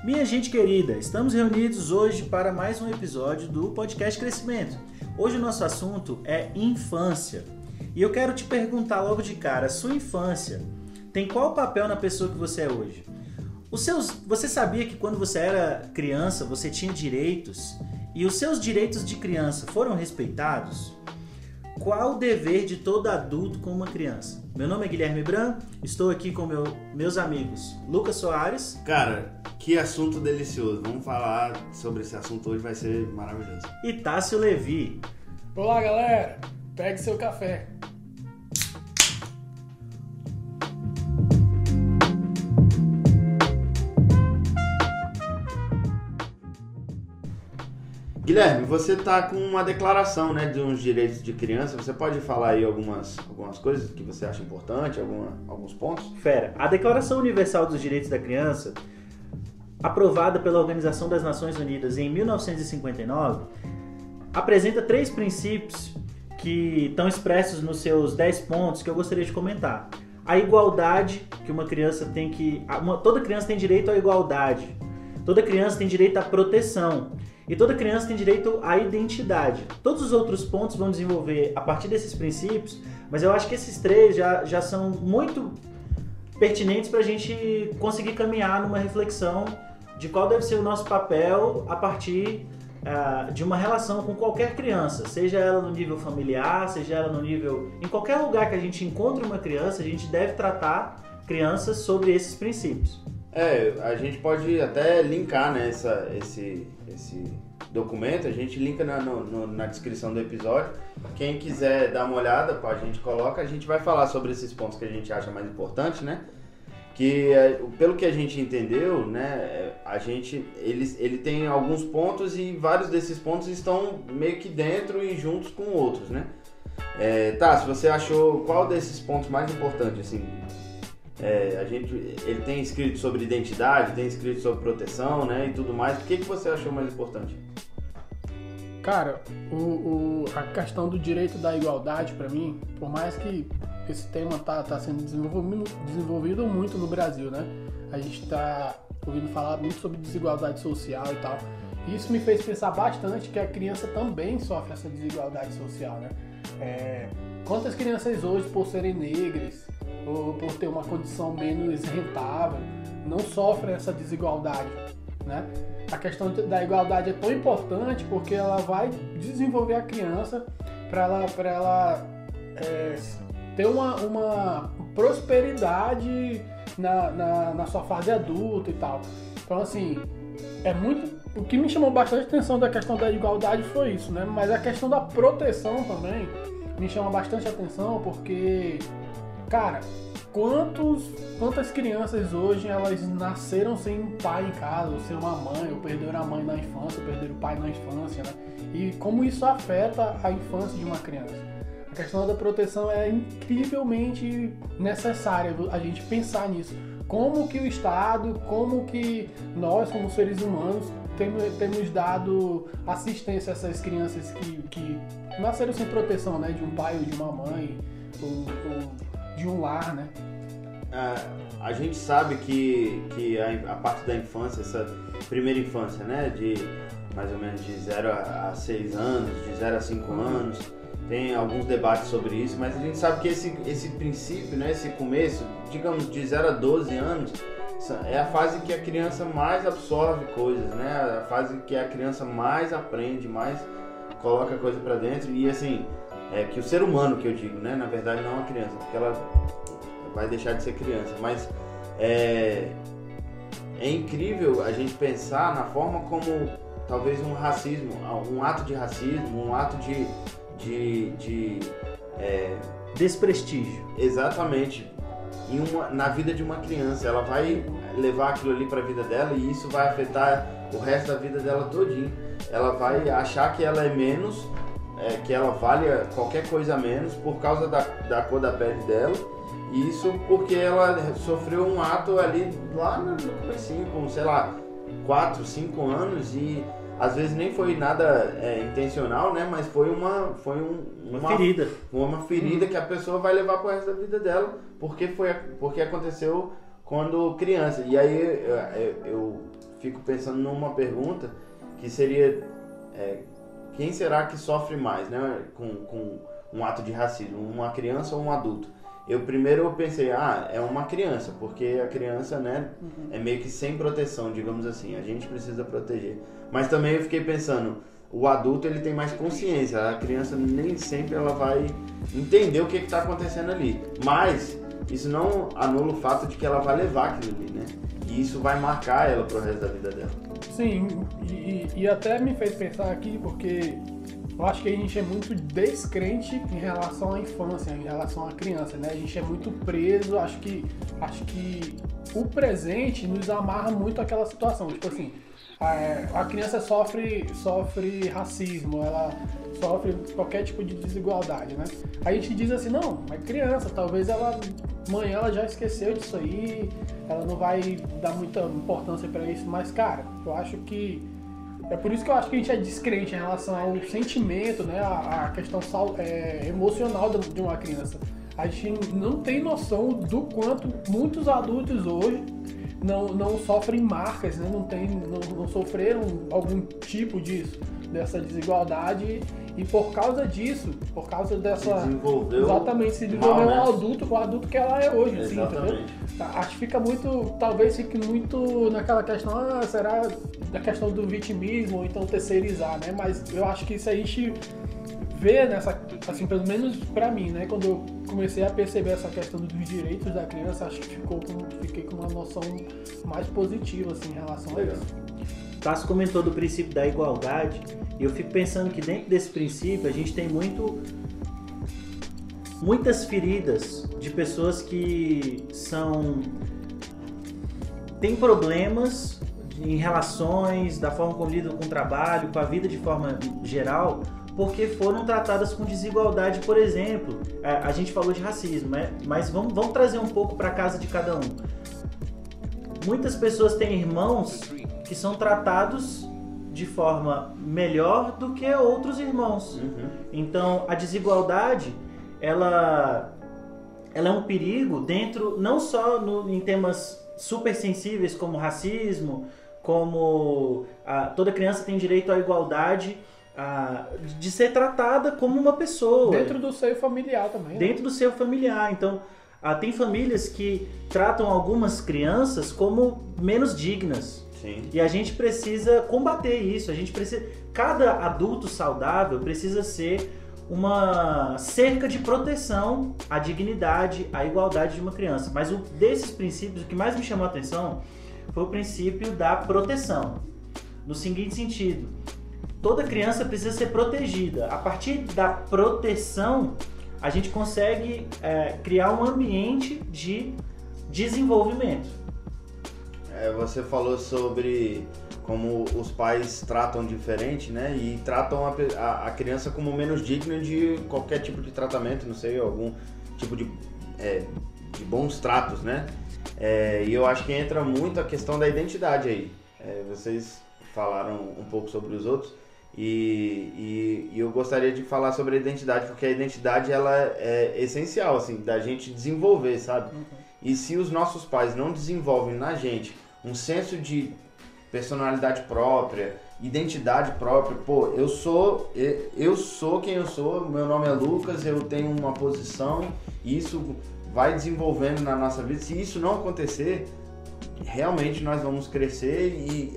Minha gente querida, estamos reunidos hoje para mais um episódio do Podcast Crescimento. Hoje o nosso assunto é infância. E eu quero te perguntar logo de cara, sua infância tem qual papel na pessoa que você é hoje? Você sabia que quando você era criança você tinha direitos e os seus direitos de criança foram respeitados? Qual o dever de todo adulto com uma criança? Meu nome é Guilherme Bran, estou aqui com meus amigos Lucas Soares. Cara, que assunto delicioso. Vamos falar sobre esse assunto hoje, vai ser maravilhoso. E Tássio Levi. Olá, galera. Pegue seu café. Guilherme, você tá com uma declaração, né, de uns direitos de criança. Você pode falar aí algumas coisas que você acha importante, alguns pontos? Fera, a Declaração Universal dos Direitos da Criança, aprovada pela Organização das Nações Unidas em 1959, apresenta 3 princípios que estão expressos nos seus 10 pontos que eu gostaria de comentar. A igualdade, que uma criança tem que... Toda criança tem direito à igualdade. Toda criança tem direito à proteção. E toda criança tem direito à identidade. Todos os outros pontos vão desenvolver a partir desses princípios, mas eu acho que esses 3 já são muito pertinentes para a gente conseguir caminhar numa reflexão de qual deve ser o nosso papel a partir de uma relação com qualquer criança, seja ela no nível familiar, seja ela no nível... Em qualquer lugar que a gente encontre uma criança, a gente deve tratar crianças sobre esses princípios. A gente pode até linkar, né, esse documento, a gente linka na descrição do episódio. Quem quiser dar uma olhada, a gente coloca, a gente vai falar sobre esses pontos que a gente acha mais importantes, né? Que pelo que a gente entendeu, né, ele tem alguns pontos e vários desses pontos estão meio que dentro e juntos com outros, né? Se você achou qual desses pontos mais importantes, assim? Ele tem escrito sobre identidade, tem escrito sobre proteção, né, e tudo mais. O que você achou mais importante? Cara, a questão do direito da igualdade, pra mim, por mais que esse tema tá sendo desenvolvido muito no Brasil, né? A gente tá ouvindo falar muito sobre desigualdade social e tal. E isso me fez pensar bastante que a criança também sofre essa desigualdade social, né? Quantas crianças hoje, por serem negras ou por ter uma condição menos rentável, não sofrem essa desigualdade, né? A questão da igualdade é tão importante porque ela vai desenvolver a criança para ela ter uma prosperidade na sua fase adulta e tal. Então, assim, o que me chamou bastante atenção da questão da igualdade foi isso, né? Mas a questão da proteção também me chama bastante atenção porque, cara, quantas crianças hoje elas nasceram sem um pai em casa, ou sem uma mãe, ou perderam a mãe na infância, ou perderam o pai na infância, né? E como isso afeta a infância de uma criança. A questão da proteção é incrivelmente necessária a gente pensar nisso. Como que o Estado, como que nós como seres humanos temos dado assistência a essas crianças que nasceram sem proteção, né? De um pai ou de uma mãe, ou de um lar, né? A gente sabe que a parte da infância, essa primeira infância, né? De mais ou menos de 0 a 6 anos, de 0 a 5 anos, tem alguns debates sobre isso, mas a gente sabe que esse princípio, né? Esse começo, digamos, de 0 a 12 anos, é a fase que a criança mais absorve coisas, né? A fase que a criança mais aprende, mais coloca coisa pra dentro. E assim, que o ser humano, que eu digo, né? Na verdade não a criança, porque ela vai deixar de ser criança, mas é incrível a gente pensar na forma como talvez um racismo, um ato de racismo, um ato de desprestígio. Exatamente. Na vida de uma criança, ela vai levar aquilo ali para a vida dela e isso vai afetar o resto da vida dela todinho. Ela vai achar que ela é menos, que ela vale qualquer coisa a menos por causa da cor da pele dela. E isso porque ela sofreu um ato ali lá no comecinho, com, sei lá, 4, 5 anos e às vezes nem foi nada intencional, né? Mas foi uma ferida. Uma ferida que a pessoa vai levar pro resto da vida dela, porque aconteceu quando criança. E aí eu fico pensando numa pergunta que seria quem será que sofre mais, né, com um ato de racismo, uma criança ou um adulto? Eu pensei, é uma criança, porque a criança, né, é meio que sem proteção, digamos assim, a gente precisa proteger. Mas também eu fiquei pensando, o adulto ele tem mais consciência, a criança nem sempre ela vai entender o que está acontecendo ali. Mas isso não anula o fato de que ela vai levar aquilo ali, né? E isso vai marcar ela pro resto da vida dela. Sim, e até me fez pensar aqui, porque eu acho que a gente é muito descrente em relação à infância, em relação à criança, né? A gente é muito preso, acho que o presente nos amarra muito àquela situação. Tipo assim, a criança sofre racismo, ela sofre qualquer tipo de desigualdade, né? A gente diz assim, não, é criança, talvez amanhã ela já esqueceu disso aí, ela não vai dar muita importância pra isso, mas cara, eu acho que é por isso que eu acho que a gente é descrente em relação ao sentimento, né, a questão emocional de uma criança. A gente não tem noção do quanto muitos adultos hoje não sofrem marcas, né, não sofreram algum tipo dessa desigualdade, e por causa disso, por causa dessa... Se desenvolveu o adulto que ela é hoje, assim, entendeu? Acho que talvez fique muito naquela questão, será da questão do vitimismo, ou então terceirizar, né? Mas eu acho que isso a gente vê nessa, assim, pelo menos pra mim, né? Quando eu comecei a perceber essa questão dos direitos da criança, acho que fiquei com uma noção mais positiva, assim, em relação a isso. Tasso comentou do princípio da igualdade, e eu fico pensando que dentro desse princípio a gente tem muitas feridas de pessoas que têm problemas em relações, da forma como lidam com o trabalho, com a vida de forma geral, porque foram tratadas com desigualdade. Por exemplo, a gente falou de racismo, né? Mas vamos trazer um pouco para a casa de cada um. Muitas pessoas têm irmãos que são tratados de forma melhor do que outros irmãos. Então, a desigualdade, ela é um perigo dentro, não só em temas super sensíveis como racismo, como toda criança tem direito à igualdade, de ser tratada como uma pessoa. Dentro do seio familiar também. Dentro do seio familiar. Então, tem famílias que tratam algumas crianças como menos dignas. Sim. E a gente precisa combater isso. Cada adulto saudável precisa ser uma cerca de proteção à dignidade, à igualdade de uma criança. Mas desses princípios, o que mais me chamou a atenção foi o princípio da proteção. No seguinte sentido, toda criança precisa ser protegida. A partir da proteção, a gente consegue criar um ambiente de desenvolvimento. Você falou sobre como os pais tratam diferente, né? E tratam a criança como menos digna de qualquer tipo de tratamento, não sei, algum tipo de bons tratos, né? E eu acho que entra muito a questão da identidade aí. Vocês falaram um pouco sobre os outros e eu gostaria de falar sobre a identidade, porque a identidade ela é essencial, assim, da gente desenvolver, sabe? E se os nossos pais não desenvolvem na gente um senso de personalidade própria, identidade própria, eu sou quem eu sou, meu nome é Lucas, eu tenho uma posição, e isso vai desenvolvendo na nossa vida. Se isso não acontecer, realmente nós vamos crescer e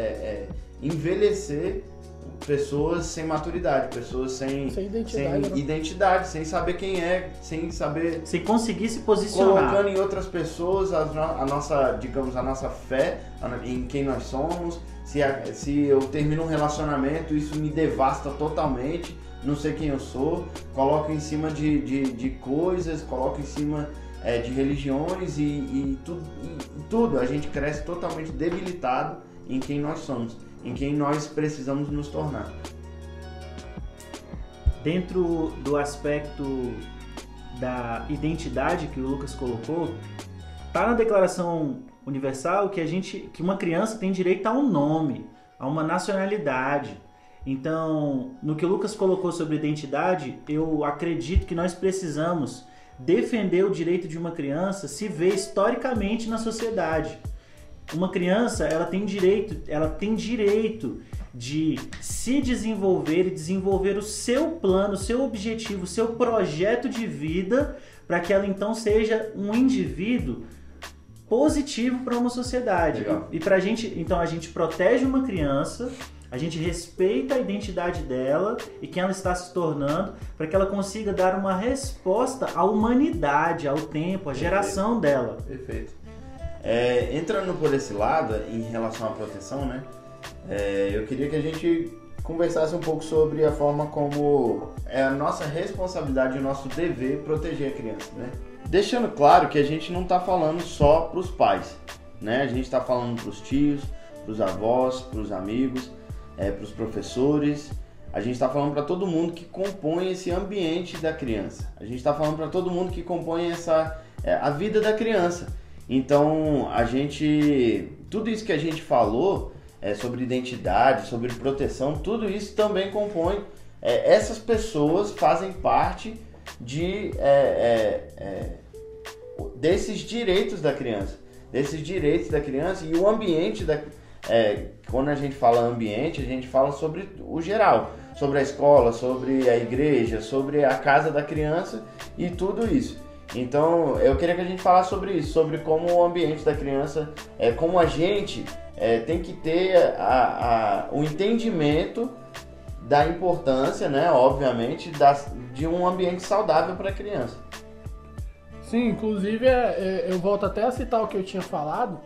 envelhecer pessoas sem maturidade, pessoas sem identidade, sem saber quem é, sem conseguir se posicionar, colocando em outras pessoas a nossa fé em quem nós somos. Se eu termino um relacionamento, isso me devasta totalmente, não sei quem eu sou, coloco em cima de coisas, coloco em cima de religiões e tudo. A gente cresce totalmente debilitado em quem nós somos, em quem nós precisamos nos tornar. Dentro do aspecto da identidade que o Lucas colocou, está na Declaração Universal que uma criança tem direito a um nome, a uma nacionalidade. Então, no que o Lucas colocou sobre identidade, eu acredito que nós precisamos defender o direito de uma criança se ver historicamente na sociedade. uma criança, ela tem direito de se desenvolver e desenvolver o seu plano, o seu objetivo, o seu projeto de vida, para que ela então seja um indivíduo positivo para uma sociedade. Legal. E pra gente, então a gente protege uma criança, a gente respeita a identidade dela e quem ela está se tornando, para que ela consiga dar uma resposta à humanidade, ao tempo, à geração dela. Perfeito. Entrando por esse lado, em relação à proteção, né? Eu queria que a gente conversasse um pouco sobre a forma como é a nossa responsabilidade e o nosso dever proteger a criança, né? Deixando claro que a gente não está falando só para os pais, né? A gente está falando para os tios, para os avós, para os amigos, para os professores. A gente está falando para todo mundo que compõe esse ambiente da criança. A gente está falando para todo mundo que compõe a vida da criança. Então, tudo isso que a gente falou sobre identidade, sobre proteção, tudo isso também compõe. Essas pessoas fazem parte desses direitos da criança. E o ambiente quando a gente fala ambiente, a gente fala sobre o geral, sobre a escola, sobre a igreja, sobre a casa da criança e tudo isso. Então, eu queria que a gente falasse sobre isso, sobre como o ambiente da criança, como a gente tem que ter o entendimento da importância, né, obviamente, de um ambiente saudável para a criança. Sim, inclusive eu volto até a citar o que eu tinha falado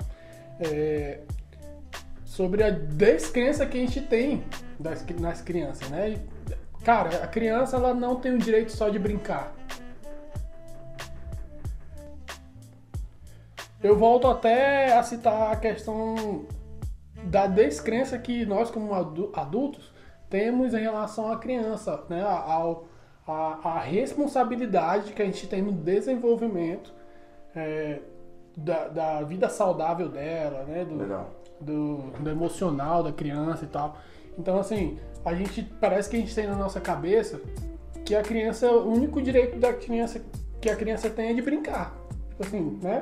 sobre a descrença que a gente tem nas crianças, né? Cara, a criança ela não tem o direito só de brincar. Eu volto até a citar a questão da descrença que nós, como adultos, temos em relação à criança, né? A responsabilidade que a gente tem no desenvolvimento da vida saudável dela, né? Do emocional da criança e tal. Então, assim, parece que a gente tem na nossa cabeça que a criança, o único direito da criança que a criança tem é de brincar. Tipo assim, né?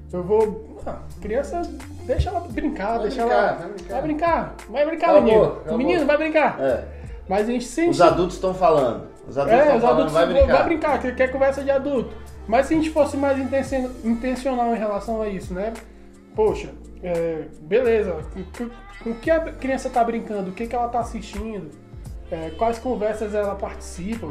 Criança, deixa ela brincar, vai brincar, menino. Menino, vai brincar. Mas a gente sente... Os adultos estão falando. Os adultos vai brincar. Quer conversa de adulto. Mas se a gente fosse mais intencional em relação a isso, né? Poxa, beleza. Com o que a criança tá brincando? O que ela tá assistindo? Quais conversas ela participa?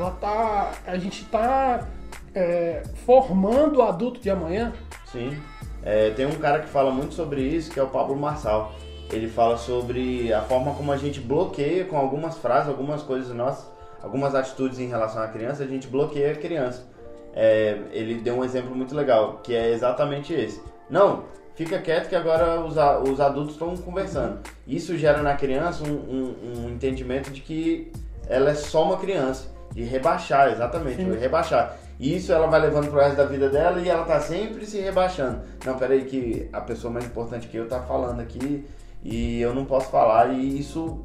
A gente tá formando o adulto de amanhã? Sim. Tem um cara que fala muito sobre isso, que é o Pablo Marçal. Ele fala sobre a forma como a gente bloqueia com algumas frases, algumas coisas nossas, algumas atitudes em relação à criança, a gente bloqueia a criança. Ele deu um exemplo muito legal, que é exatamente esse. Não, fica quieto que agora os adultos estão conversando. Isso gera na criança um entendimento de que ela é só uma criança, de rebaixar, exatamente, rebaixar. E isso ela vai levando pro resto da vida dela e ela tá sempre se rebaixando. Não, peraí que a pessoa mais importante que eu tá falando aqui e eu não posso falar. E isso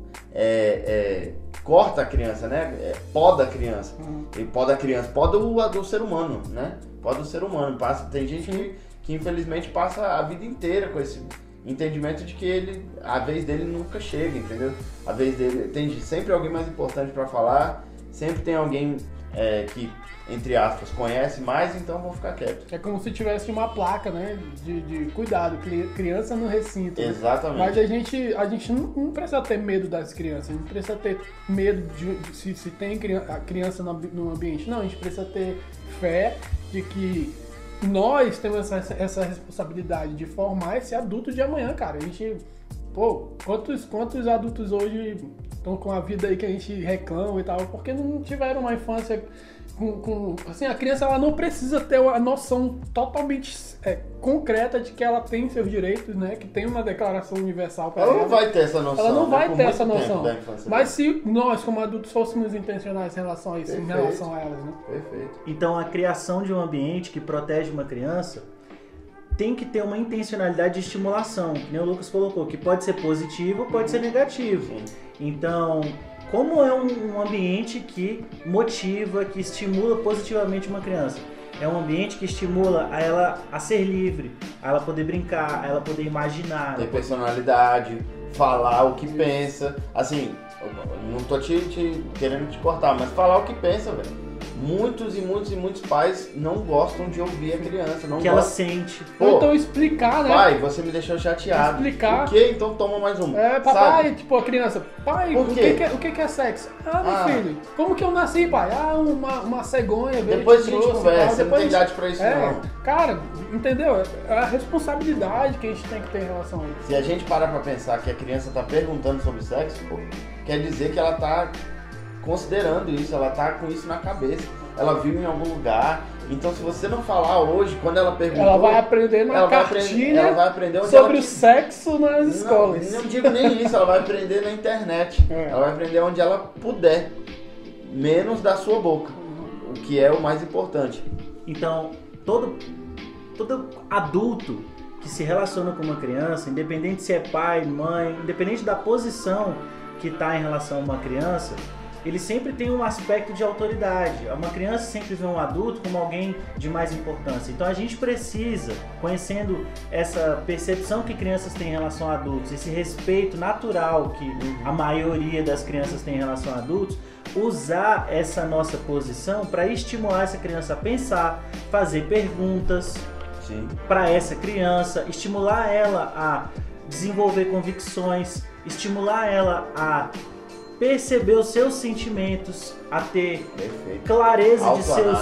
corta a criança, né? Poda a criança. E poda a criança, poda o ser humano, né? Poda o ser humano. Tem gente que infelizmente passa a vida inteira com esse entendimento de que a vez dele nunca chega, entendeu? A vez dele tem sempre alguém mais importante para falar, sempre tem alguém que, entre aspas, conhece mais, então vou ficar quieto. É como se tivesse uma placa, né? De cuidado, criança no recinto. Exatamente. Mas a gente não precisa ter medo das crianças, a gente precisa ter medo se tem a criança no ambiente. Não, a gente precisa ter fé de que nós temos essa responsabilidade de formar esse adulto de amanhã, cara. A gente, quantos adultos hoje estão com a vida aí que a gente reclama e tal, porque não tiveram uma infância assim, a criança ela não precisa ter a noção totalmente concreta de que ela tem seus direitos, né? Que tem uma declaração universal para ela. Ela não vai ter essa noção. Ela não vai ter essa noção. Mas se nós, como adultos, fôssemos intencionais em relação a isso, em relação a elas, né? Perfeito. Então, a criação de um ambiente que protege uma criança tem que ter uma intencionalidade de estimulação, que nem o Lucas colocou, que pode ser positivo, pode ser negativo. Sim. Então, como é um ambiente que motiva, que estimula positivamente uma criança? é um ambiente que estimula a ela a ser livre, a ela poder brincar, a ela poder imaginar. Ter personalidade, falar o que pensa. Assim, não tô querendo te cortar, mas falar o que pensa, velho. Muitos pais não gostam de ouvir a criança. Não que ela sente. Ou então explicar, né? Pai, você me deixou chateado. Explicar. O quê? Então toma mais um. Papai, sabe? tipo, a criança, pai, o que é sexo? Meu filho, como que eu nasci, pai? Uma cegonha. Depois a gente conversa, você não tem idade pra isso não. Cara, entendeu? É a responsabilidade que a gente tem que ter em relação a isso. Se a gente parar pra pensar que a criança tá perguntando sobre sexo, pô, quer dizer que ela tá considerando isso, ela tá com isso na cabeça, ela viu em algum lugar. Então, se você não falar hoje, quando ela perguntou, ela vai aprender na cartilha ela vai aprender onde sobre o sexo nas escolas. Não digo nem isso, ela vai aprender na internet. Ela vai aprender onde ela puder, menos da sua boca, o que é o mais importante. Então, todo adulto que se relaciona com uma criança, independente se é pai, mãe, independente da posição que está em relação a uma criança, ele sempre tem um aspecto de autoridade. Uma criança sempre vê um adulto como alguém de mais importância. Então a gente precisa, conhecendo essa percepção que crianças têm em relação a adultos, esse respeito natural que a maioria das crianças tem em relação a adultos, usar essa nossa posição para estimular essa criança a pensar, fazer perguntas para essa criança, estimular ela a desenvolver convicções, estimular ela a perceber os seus sentimentos, a ter clareza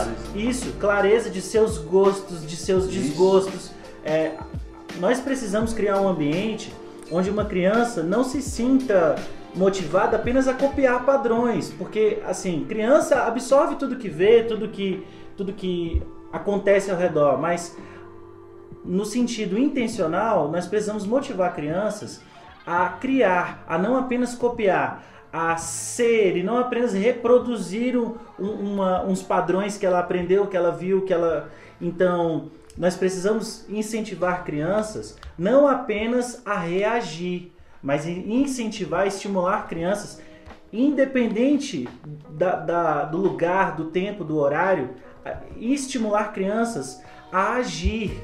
de seus gostos, de seus desgostos. Nós precisamos criar um ambiente onde uma criança não se sinta motivada apenas a copiar padrões, porque assim, criança absorve tudo que vê, tudo que acontece ao redor, mas no sentido intencional, nós precisamos motivar crianças a criar, a não apenas copiar, a ser e não apenas reproduzir uns padrões que ela aprendeu, que ela viu, que ela... Então, nós precisamos incentivar crianças não apenas a reagir, mas incentivar, estimular crianças, independente do lugar, do tempo, do horário, e estimular crianças a agir,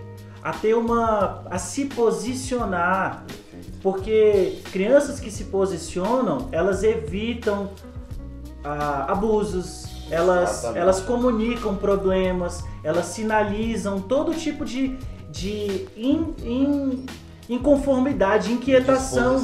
a se posicionar. Porque crianças que se posicionam, elas evitam abusos, elas comunicam problemas, elas sinalizam todo tipo de inconformidade, inquietação,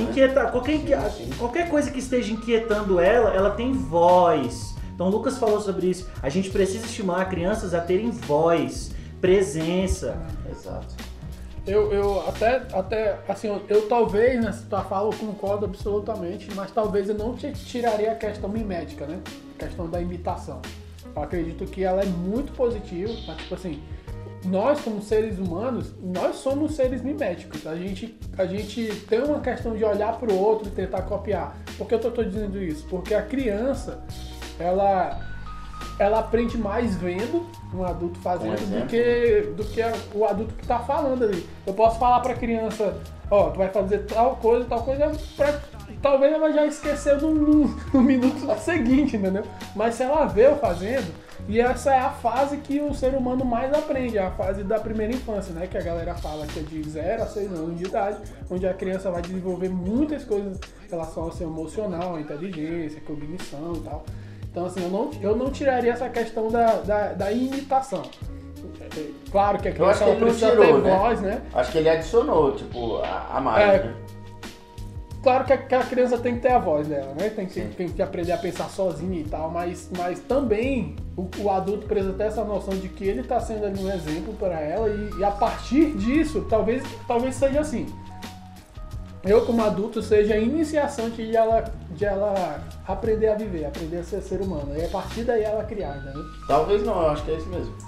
qualquer coisa que esteja inquietando ela tem voz. Então o Lucas falou sobre isso. A gente precisa estimular crianças a terem voz, presença. Exato. Eu até assim, eu talvez nessa tua fala eu concordo absolutamente, mas talvez eu não tiraria a questão mimética, né? A questão da imitação. Eu acredito que ela é muito positiva, mas tipo assim, nós como seres humanos, nós somos seres miméticos. A gente tem uma questão de olhar para o outro e tentar copiar. Por que eu tô dizendo isso? Porque a criança, ela aprende mais vendo um adulto fazendo do que o adulto que está falando ali. Eu posso falar para a criança, tu vai fazer tal coisa, talvez ela já esqueceu no minuto seguinte, entendeu? Mas se ela vê eu fazendo, e essa é a fase que o ser humano mais aprende, a fase da primeira infância, né? Que a galera fala que é de 0 a 6 anos de idade, onde a criança vai desenvolver muitas coisas em relação ao seu emocional, a inteligência, a cognição e tal. Então, assim, eu não tiraria essa questão da imitação. Claro que a criança precisa ter voz, né? Acho que ele adicionou, tipo, a mais, né? Claro que a criança tem que ter a voz dela, né? Tem que aprender a pensar sozinha e tal, mas também o adulto precisa ter essa noção de que ele está sendo ali um exemplo para ela e a partir disso, talvez seja assim. Eu, como adulto, seja a iniciação de ela aprender a viver, aprender a ser humano. E a partir daí ela criar, né? Talvez não, eu acho que é isso mesmo.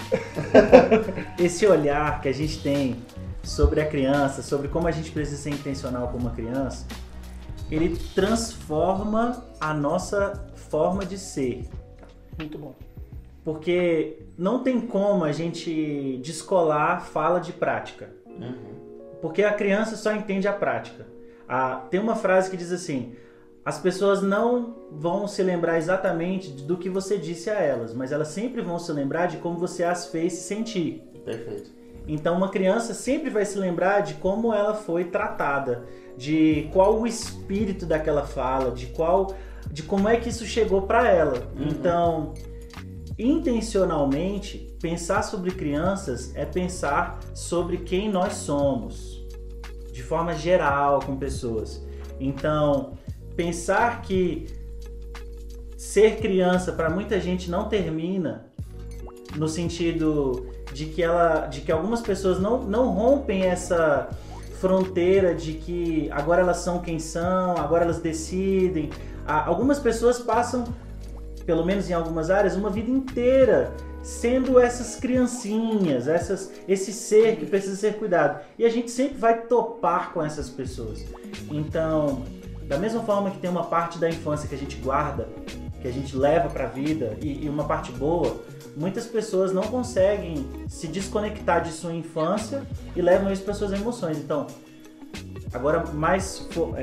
Esse olhar que a gente tem sobre a criança, sobre como a gente precisa ser intencional com uma criança, ele transforma a nossa forma de ser. Muito bom. Porque não tem como a gente descolar fala de prática. Porque a criança só entende a prática. Tem uma frase que diz assim: as pessoas não vão se lembrar exatamente do que você disse a elas, mas elas sempre vão se lembrar de como você as fez se sentir. Perfeito. Então uma criança sempre vai se lembrar de como ela foi tratada, de qual o espírito daquela fala, de como é que isso chegou para ela. Então, intencionalmente, pensar sobre crianças é pensar sobre quem nós somos, de forma geral com pessoas. Então, pensar que ser criança para muita gente não termina no sentido de que algumas pessoas não rompem essa fronteira de que agora elas são quem são, agora elas decidem. Algumas pessoas passam, pelo menos em algumas áreas, uma vida inteira sendo essas criancinhas, esse ser que precisa ser cuidado. E a gente sempre vai topar com essas pessoas. Então, da mesma forma que tem uma parte da infância que a gente guarda, que a gente leva para a vida, e uma parte boa, muitas pessoas não conseguem se desconectar de sua infância e levam isso para suas emoções. Então, agora mais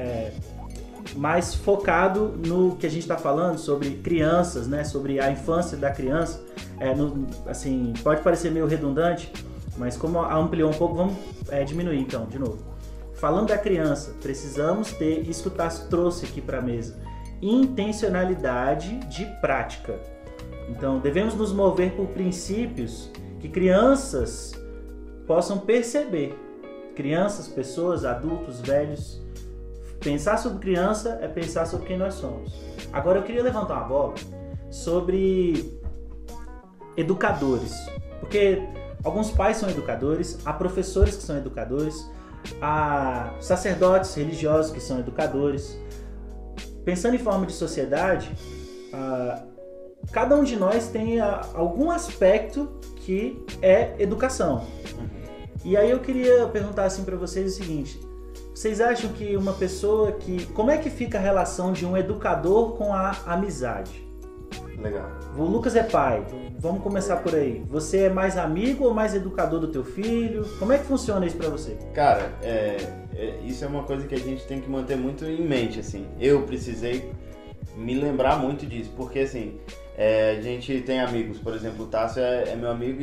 focado no que a gente está falando sobre crianças, né? Sobre a infância da criança, assim, pode parecer meio redundante, mas como ampliou um pouco, vamos diminuir então, de novo. Falando da criança, precisamos ter isso que o Tássio trouxe aqui para a mesa: intencionalidade de prática. Então, devemos nos mover por princípios que crianças possam perceber. Crianças, pessoas, adultos, velhos. Pensar sobre criança é pensar sobre quem nós somos. Agora, eu queria levantar uma bola sobre educadores. Porque alguns pais são educadores, há professores que são educadores, há sacerdotes religiosos que são educadores. Pensando em forma de sociedade, cada um de nós tem algum aspecto que é educação. E aí eu queria perguntar assim para vocês o seguinte: vocês acham que uma pessoa que... Como é que fica a relação de um educador com a amizade? Legal. O Lucas é pai, vamos começar por aí. Você é mais amigo ou mais educador do teu filho? Como é que funciona isso para você? Cara, isso é uma coisa que a gente tem que manter muito em mente, assim. Eu precisei me lembrar muito disso, porque assim, a gente tem amigos, por exemplo, o Tássio é meu amigo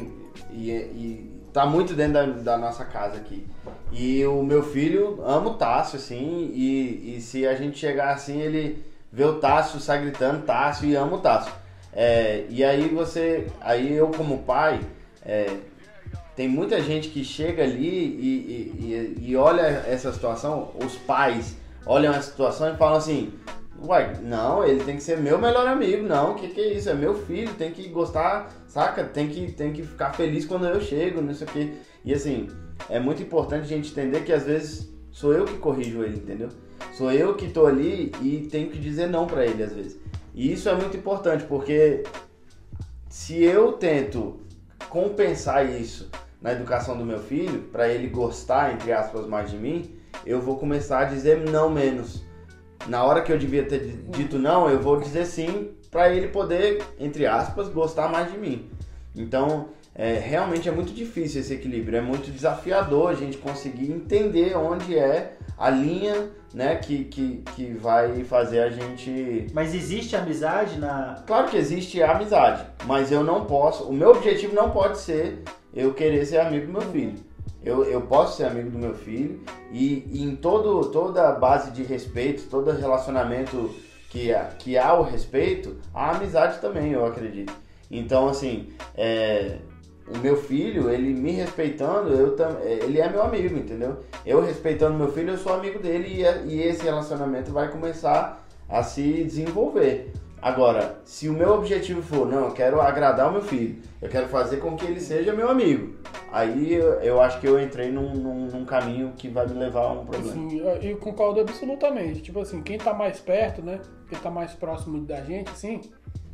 e tá muito dentro da nossa casa aqui. E o meu filho ama o Tássio, assim, e se a gente chegar assim, ele vê o Tássio, sai gritando Tássio e ama o Tássio. E aí eu como pai, tem muita gente que chega ali e olha essa situação, os pais olham a situação e falam assim: uai, não, ele tem que ser meu melhor amigo, não, que é isso, é meu filho, tem que gostar, saca? Tem que ficar feliz quando eu chego, não sei o que. E assim, é muito importante a gente entender que às vezes sou eu que corrijo ele, entendeu? Sou eu que tô ali e tenho que dizer não pra ele às vezes. E isso é muito importante, porque se eu tento compensar isso na educação do meu filho, pra ele gostar, entre aspas, mais de mim, eu vou começar a dizer não menos. Na hora que eu devia ter dito não, eu vou dizer sim para ele poder, entre aspas, gostar mais de mim. Então, realmente é muito difícil esse equilíbrio, é muito desafiador a gente conseguir entender onde é a linha, né, que vai fazer a gente... Mas existe amizade na... Claro que existe a amizade, mas eu não posso... O meu objetivo não pode ser eu querer ser amigo do meu filho. Eu posso ser amigo do meu filho e em toda a base de respeito, todo relacionamento que há o respeito, há amizade também, eu acredito. Então, assim, o meu filho, ele me respeitando, ele é meu amigo, entendeu? Eu respeitando meu filho, eu sou amigo dele e esse relacionamento vai começar a se desenvolver. Agora, se o meu objetivo for, não, eu quero agradar o meu filho, eu quero fazer com que ele seja meu amigo, aí eu acho que eu entrei num caminho que vai me levar a um problema. Sim, eu concordo absolutamente. Tipo assim, quem tá mais perto, né, quem tá mais próximo da gente, assim,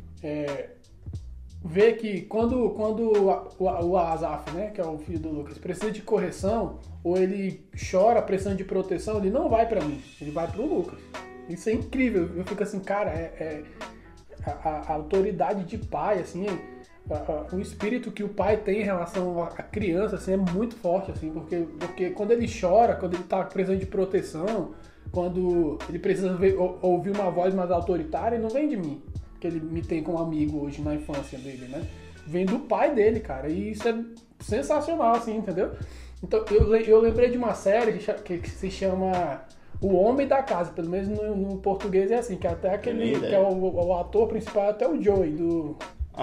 vê que quando o Azaf, né, que é o filho do Lucas, precisa de correção, ou ele chora precisando de proteção, ele não vai pra mim, ele vai pro Lucas. Isso é incrível. Eu fico assim, cara, a autoridade de pai, assim, o espírito que o pai tem em relação à criança, assim, é muito forte, assim, porque quando ele chora, quando ele tá precisando de proteção, quando ele precisa ouvir uma voz mais autoritária, não vem de mim, que ele me tem como amigo hoje na infância dele, né? Vem do pai dele, cara, e isso é sensacional, assim, entendeu? Então, eu lembrei de uma série que se chama O Homem da Casa, pelo menos no português é assim, que até aquele, que é o ator principal, até o Joey, do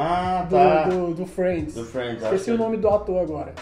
Friends. Do Friends. Esqueci o nome do ator agora.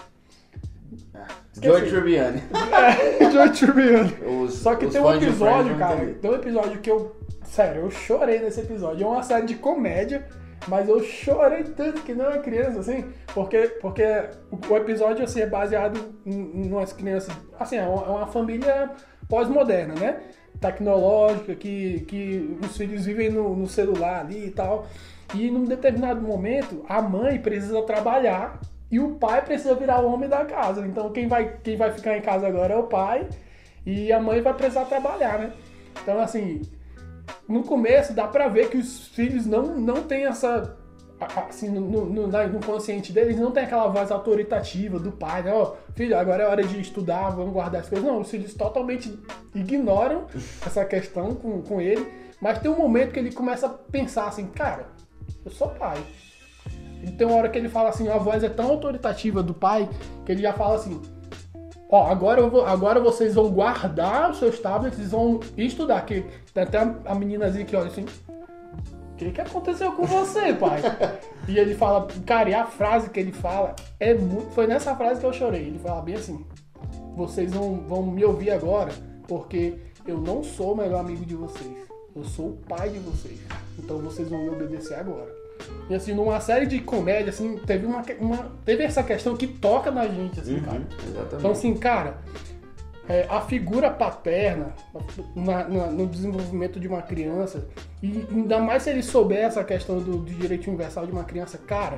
Joey Tribbiani. Joey Tribbiani. Só que os tem um fãs de episódio, Friends cara, não entendem. tem um episódio que sério, eu chorei nesse episódio. É uma série de comédia, mas eu chorei tanto que não é criança, assim, porque o episódio, assim, é baseado em umas crianças, assim, é uma família pós-moderna, né? Tecnológica, que os filhos vivem no celular ali e tal. E num determinado momento, a mãe precisa trabalhar e o pai precisa virar o homem da casa. Então quem vai ficar em casa agora é o pai e a mãe vai precisar trabalhar, né? Então, assim, no começo dá pra ver que os filhos não têm essa... Assim, no consciente deles não tem aquela voz autoritativa do pai, né? Ó, filho, agora é hora de estudar, vamos guardar as coisas. Não, os filhos totalmente ignoram essa questão com ele, mas tem um momento que ele começa a pensar assim, cara, eu sou pai. E tem uma hora que ele fala assim, a voz é tão autoritativa do pai, que ele já fala assim, ó, agora vocês vão guardar os seus tablets e vão estudar, que tem até a meninazinha que olha assim, o que aconteceu com você, pai? E ele fala, cara, e a frase que ele fala foi nessa frase que eu chorei. Ele fala bem assim, vocês vão me ouvir agora, porque eu não sou o melhor amigo de vocês, eu sou o pai de vocês, então vocês vão me obedecer agora. E assim, numa série de comédia, assim, teve essa questão que toca na gente, assim, cara. Exatamente. Então, assim, cara, a figura paterna no desenvolvimento de uma criança, e ainda mais se ele souber essa questão do direito universal de uma criança, cara,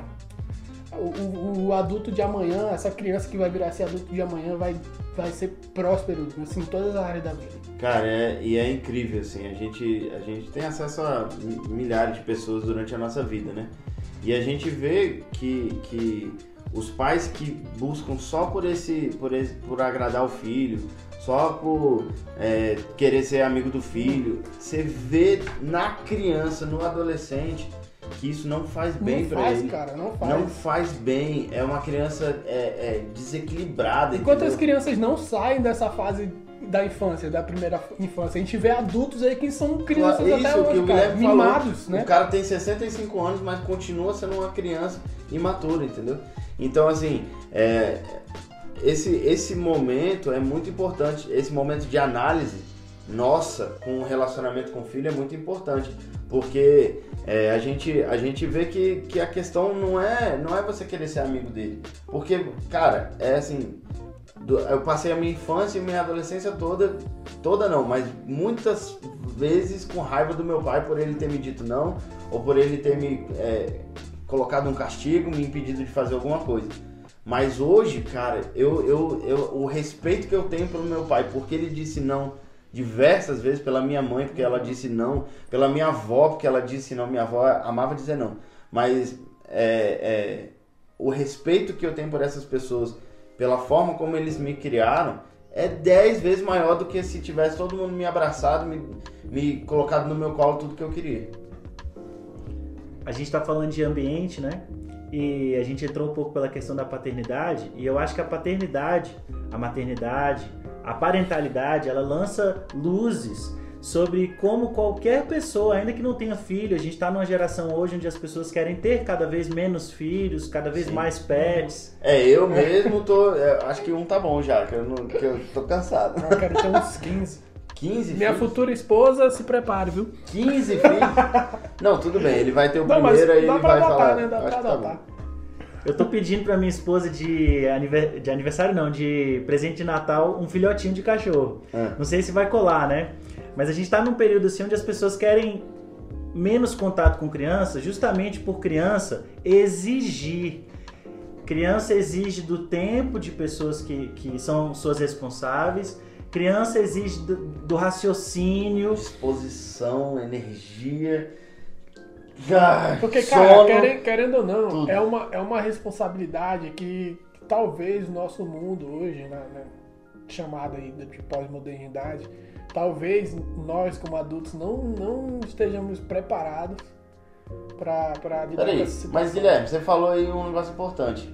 o adulto de amanhã, essa criança que vai virar esse adulto de amanhã vai ser próspero, assim, em todas as áreas da vida. Cara, e é incrível, assim, a gente tem acesso a milhares de pessoas durante a nossa vida, né? E a gente vê que os pais que buscam só por agradar o filho, só por querer ser amigo do filho, você vê na criança, no adolescente, que isso não faz bem pra ele. Cara, não faz. Não faz bem. É uma criança desequilibrada. Enquanto entendeu? as crianças não saem dessa fase da infância, da primeira infância, a gente vê adultos aí que são crianças Isso, até hoje, que o cara, Guilherme mimados, falou, né? O cara tem 65 anos, mas continua sendo uma criança imatura, entendeu? Então, assim, esse momento é muito importante. Esse momento de análise nossa com o relacionamento com o filho é muito importante, porque a gente vê que a questão não é você querer ser amigo dele, porque, cara, é assim, eu passei a minha infância e minha adolescência toda não, mas muitas vezes com raiva do meu pai por ele ter me dito não, ou por ele ter me colocado um castigo, me impedido de fazer alguma coisa. Mas hoje, cara, o respeito que eu tenho pelo meu pai, porque ele disse não diversas vezes, pela minha mãe, porque ela disse não, pela minha avó, porque ela disse não, minha avó amava dizer não, mas o respeito que eu tenho por essas pessoas, pela forma como eles me criaram, é 10 vezes maior do que se tivesse todo mundo me abraçado, me colocado no meu colo tudo que eu queria. A gente está falando de ambiente, né? E a gente entrou um pouco pela questão da paternidade, e eu acho que a paternidade, a maternidade, a parentalidade, ela lança luzes sobre como qualquer pessoa, ainda que não tenha filho, a gente está numa geração hoje onde as pessoas querem ter cada vez menos filhos, cada vez mais pets. Eu mesmo acho que um tá bom já, que eu tô cansado. Eu quero ter uns 15. 15 Minha filhos? futura esposa, se prepare, viu? 15 filhos? Não, tudo bem, ele vai ter o primeiro aí, ele vai falar. Né? Dá pra Acho que tá adotar. bom. Eu tô pedindo pra minha esposa de aniversário não, de presente de Natal, um filhotinho de cachorro. Não sei se vai colar, né? Mas a gente tá num período assim onde as pessoas querem menos contato com criança, justamente por criança exigir. Criança exige do tempo de pessoas que são suas responsáveis. Criança exige do raciocínio. Disposição, energia. Porque, cara, sono, querendo ou não, tudo. é uma responsabilidade que talvez o nosso mundo hoje, chamado aí de pós-modernidade, talvez nós como adultos não estejamos preparados para lidar com essa situação. Mas Guilherme, você falou aí um negócio importante.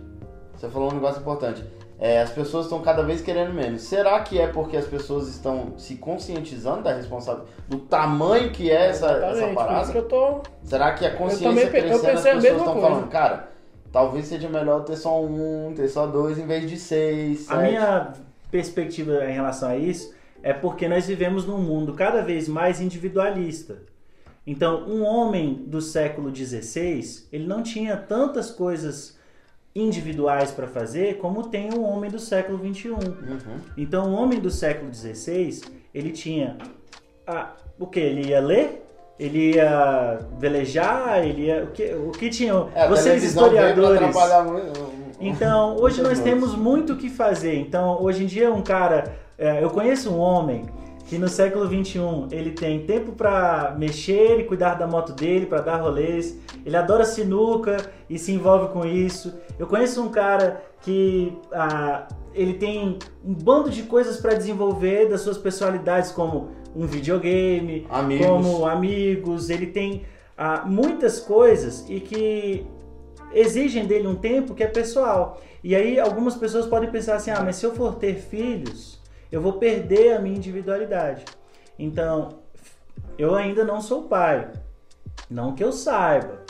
As pessoas estão cada vez querendo menos. Será que é porque as pessoas estão se conscientizando da responsabilidade, do tamanho que é essa parada? Por isso que eu tô... Será que a consciência crescendo, as pessoas estão falando, cara, talvez seja melhor ter só um, ter só dois em vez de 6, 7. A minha perspectiva em relação a isso é porque nós vivemos num mundo cada vez mais individualista. Então, um homem do século XVI, ele não tinha tantas coisas individuais para fazer como tem um homem do século XXI. Então, o homem do século XVI, ele tinha o que? Ele ia ler? Ele ia velejar? Ele ia... O que tinha? Vocês historiadores... Então, hoje nós temos muito o que fazer. Então, hoje em dia, um cara... eu conheço um homem que no século XXI ele tem tempo para mexer e cuidar da moto dele, para dar rolês. Ele adora sinuca e se envolve com isso. Eu conheço um cara que ele tem um bando de coisas para desenvolver das suas personalidades, como um videogame, como amigos. Ele tem muitas coisas e que exigem dele um tempo que é pessoal. E aí algumas pessoas podem pensar assim, mas se eu for ter filhos, eu vou perder a minha individualidade. Então, eu ainda não sou pai. Não que eu saiba.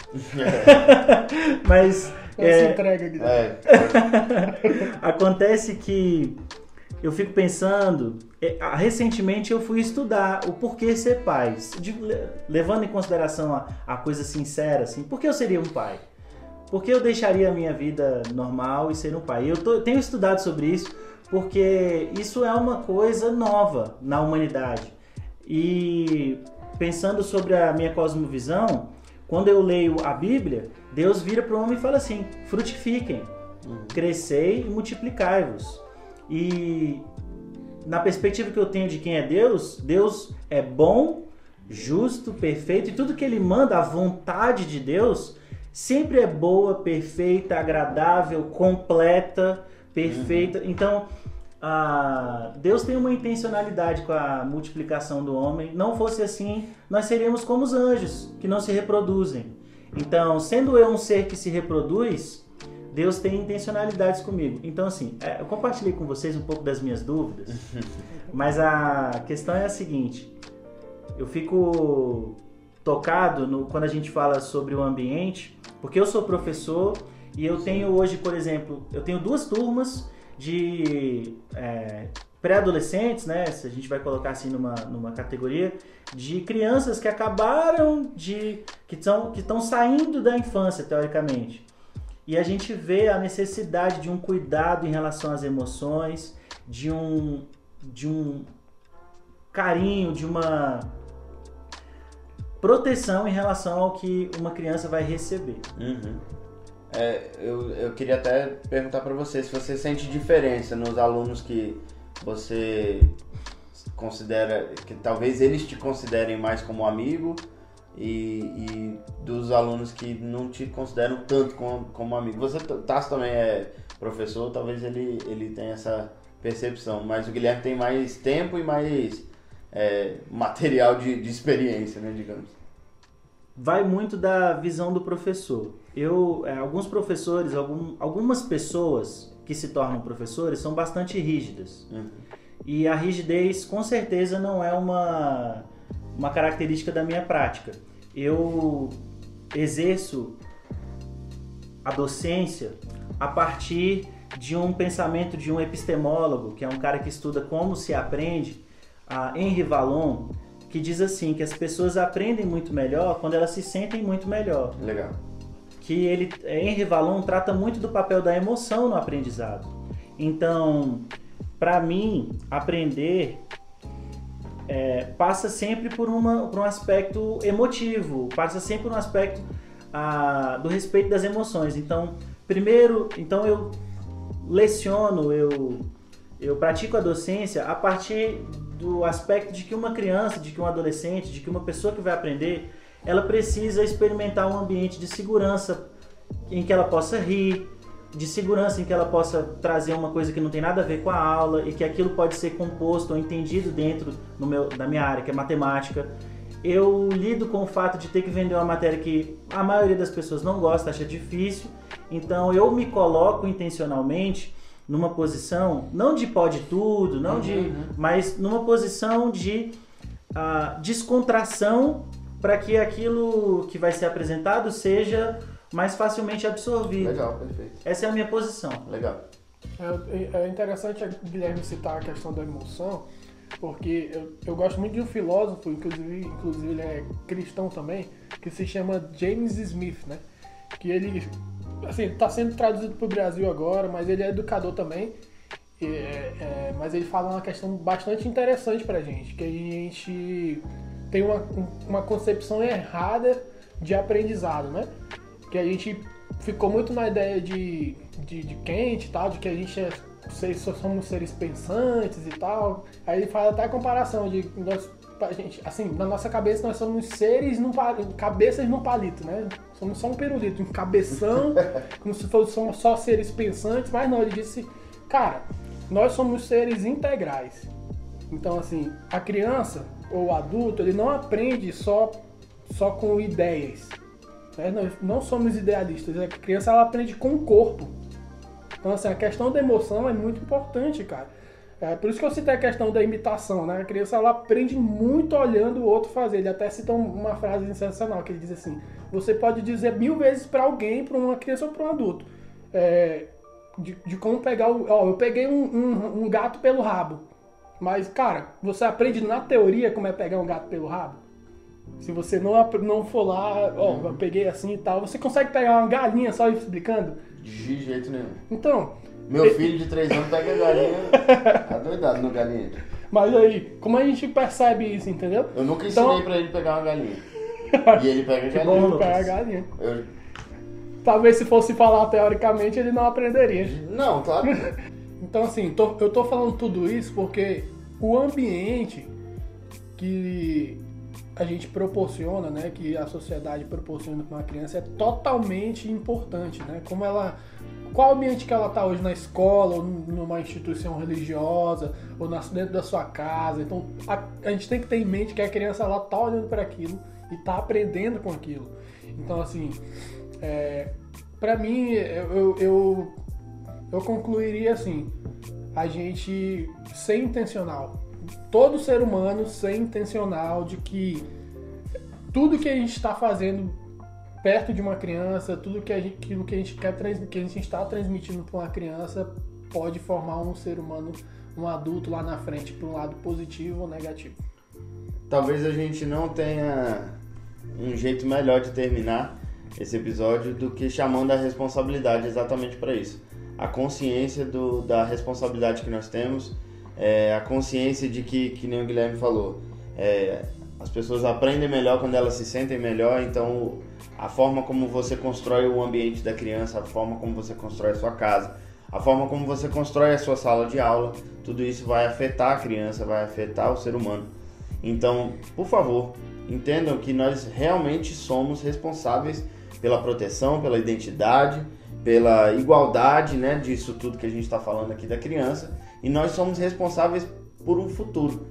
Mas... se entrega, Guilherme. Acontece que eu fico pensando... recentemente eu fui estudar o porquê ser pai. Levando em consideração a coisa sincera, assim. Por que eu seria um pai? Por que eu deixaria a minha vida normal e ser um pai? Eu tenho estudado sobre isso porque isso é uma coisa nova na humanidade. E pensando sobre a minha cosmovisão, quando eu leio a Bíblia, Deus vira para o homem e fala assim, frutifiquem, crescei e multiplicai-vos. E na perspectiva que eu tenho de quem é Deus, Deus é bom, justo, perfeito, e tudo que Ele manda, a vontade de Deus, sempre é boa, perfeita, agradável, completa, perfeita. Então, Deus tem uma intencionalidade com a multiplicação do homem. Não fosse assim, nós seríamos como os anjos, que não se reproduzem. Então, sendo eu um ser que se reproduz, Deus tem intencionalidades comigo. Então, assim, eu compartilhei com vocês um pouco das minhas dúvidas, mas a questão é a seguinte: eu fico tocado quando a gente fala sobre o ambiente, porque eu sou professor e eu tenho hoje, por exemplo, eu tenho 2 turmas de pré-adolescentes, né? Se a gente vai colocar assim numa categoria, de crianças que acabaram que estão saindo da infância, teoricamente. E a gente vê a necessidade de um cuidado em relação às emoções, de um carinho, de uma proteção em relação ao que uma criança vai receber. Eu queria até perguntar para você se você sente diferença nos alunos que você considera, que talvez eles te considerem mais como amigo e dos alunos que não te consideram tanto como amigo. Você, Tasso, também é professor, talvez ele tenha essa percepção, mas o Guilherme tem mais tempo e mais material de experiência, né, digamos. Vai muito da visão do professor. Alguns professores, algumas pessoas que se tornam professores são bastante rígidas. E a rigidez, com certeza, não é uma característica da minha prática. Eu exerço a docência a partir de um pensamento de um epistemólogo, que é um cara que estuda como se aprende, Henri Vallon, que diz assim, que as pessoas aprendem muito melhor quando elas se sentem muito melhor. Legal. Que Henri Vallon trata muito do papel da emoção no aprendizado. Então, para mim, aprender passa sempre por um aspecto emotivo, passa sempre por um aspecto do respeito das emoções. Então, eu leciono, eu pratico a docência a partir do aspecto de que uma criança, de que um adolescente, de que uma pessoa que vai aprender, ela precisa experimentar um ambiente de segurança em que ela possa rir, de segurança em que ela possa trazer uma coisa que não tem nada a ver com a aula e que aquilo pode ser composto ou entendido dentro da minha área, que é matemática. Eu lido com o fato de ter que vender uma matéria que a maioria das pessoas não gosta, acha difícil. Então eu me coloco intencionalmente numa posição, não de pode tudo, não mas numa posição de descontração para que aquilo que vai ser apresentado seja mais facilmente absorvido. Legal, perfeito. Essa é a minha posição. Legal. É interessante, Guilherme, citar a questão da emoção, porque eu gosto muito de um filósofo, inclusive ele é cristão também, que se chama James Smith, né? Que ele, assim, está sendo traduzido para o Brasil agora, mas ele é educador também. Mas ele fala uma questão bastante interessante para a gente, que a gente tem uma concepção errada de aprendizado, né? Que a gente ficou muito na ideia de Kant e tal, de que a gente somos seres pensantes e tal. Aí ele faz até a comparação de a gente, assim, na nossa cabeça nós somos seres cabeças num palito, né? Somos só um pirulito, um cabeção, como se fossemos só seres pensantes, mas não, ele disse, cara, nós somos seres integrais. Então, assim, a criança ou o adulto, ele não aprende só com ideias. Nós não somos idealistas. A criança, ela aprende com o corpo. Então, assim, a questão da emoção é muito importante, cara. Por isso que eu citei a questão da imitação, né? A criança, ela aprende muito olhando o outro fazer. Ele até cita uma frase sensacional, que ele diz assim, você pode dizer 1000 vezes para alguém, para uma criança ou para um adulto, de como pegar eu peguei um gato pelo rabo. Mas, cara, você aprende na teoria como é pegar um gato pelo rabo? Se você não for lá, eu peguei assim e tal, você consegue pegar uma galinha só explicando? De jeito nenhum. Então... Meu filho de 3 anos pega a galinha, tá doidado na galinha. Mas aí, como a gente percebe isso, entendeu? Eu nunca ensinei pra ele pegar uma galinha. E ele pega a galinha. Ele pega a galinha. Talvez se fosse falar teoricamente, ele não aprenderia. Não, claro. Então, assim, eu tô falando tudo isso porque o ambiente que a gente proporciona, né, que a sociedade proporciona para uma criança é totalmente importante, né? Qual ambiente que ela está hoje na escola, ou numa instituição religiosa, ou dentro da sua casa. Então, a gente tem que ter em mente que a criança está olhando para aquilo e está aprendendo com aquilo. Então, assim, para mim, eu concluiria assim, a gente ser intencional. Todo ser humano ser intencional de que tudo que a gente está fazendo perto de uma criança, tudo aquilo que a gente quer, que a gente está transmitindo para uma criança pode formar um ser humano, um adulto lá na frente, para um lado positivo ou negativo. Talvez a gente não tenha um jeito melhor de terminar esse episódio do que chamando a responsabilidade exatamente para isso. A consciência da responsabilidade que nós temos, a consciência de que nem o Guilherme falou, as pessoas aprendem melhor quando elas se sentem melhor, então a forma como você constrói o ambiente da criança, a forma como você constrói a sua casa, a forma como você constrói a sua sala de aula, tudo isso vai afetar a criança, vai afetar o ser humano. Então, por favor, entendam que nós realmente somos responsáveis pela proteção, pela identidade, pela igualdade, né, disso tudo que a gente está falando aqui da criança, e nós somos responsáveis por um futuro,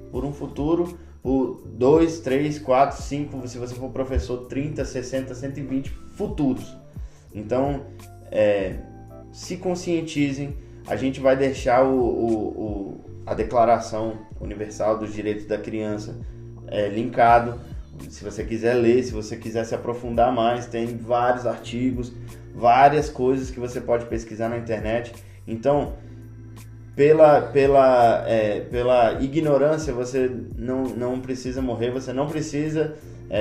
por 2, 3, 4, 5, se você for professor, 30, 60, 120 futuros. Então, se conscientizem, a gente vai deixar a Declaração Universal dos Direitos da Criança linkado. Se você quiser ler, se você quiser se aprofundar mais, tem vários artigos, várias coisas que você pode pesquisar na internet. Então, pela ignorância, você não precisa morrer, você não precisa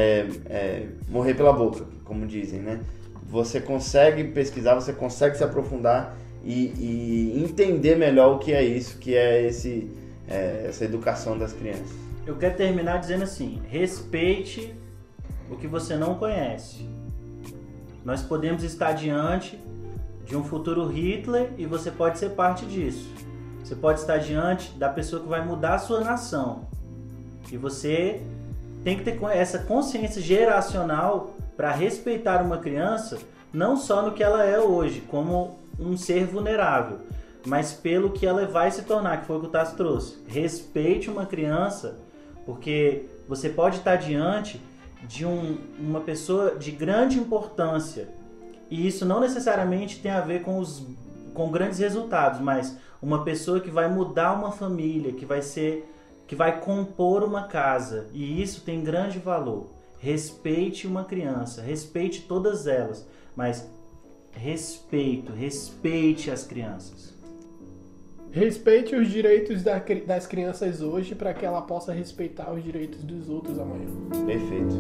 morrer pela boca, como dizem, né? Você consegue pesquisar, você consegue se aprofundar e entender melhor o que é isso, que é essa educação das crianças. Eu quero terminar dizendo assim, respeite o que você não conhece. Nós podemos estar diante de um futuro Hitler e você pode ser parte disso. Você pode estar diante da pessoa que vai mudar a sua nação. E você tem que ter essa consciência geracional para respeitar uma criança, não só no que ela é hoje, como um ser vulnerável, mas pelo que ela vai se tornar, que foi o que o Tassi trouxe. Respeite uma criança, porque você pode estar diante de uma pessoa de grande importância, e isso não necessariamente tem a ver com grandes resultados, mas uma pessoa que vai mudar uma família, que vai compor uma casa, e isso tem grande valor. Respeite uma criança, respeite todas elas, mas respeite as crianças. Respeite os direitos das crianças hoje para que ela possa respeitar os direitos dos outros amanhã. Perfeito.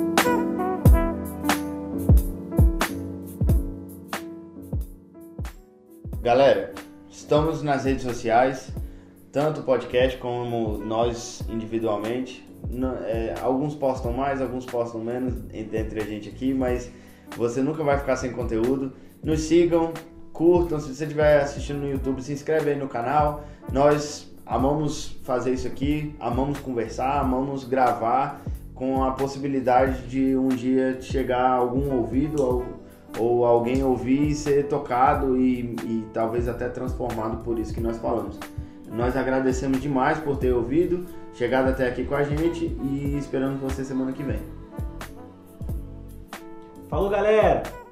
Galera, estamos nas redes sociais, tanto o podcast como nós individualmente. Alguns postam mais, alguns postam menos entre a gente aqui, mas você nunca vai ficar sem conteúdo. Nos sigam, curtam. Se você estiver assistindo no YouTube, se inscreve aí no canal. Nós amamos fazer isso aqui, amamos conversar, amamos gravar, com a possibilidade de um dia chegar a algum ouvido ou alguém ouvir e ser tocado e talvez até transformado por isso que nós falamos. Nós agradecemos demais por ter ouvido, chegado até aqui com a gente e esperamos você semana que vem. Falou, galera!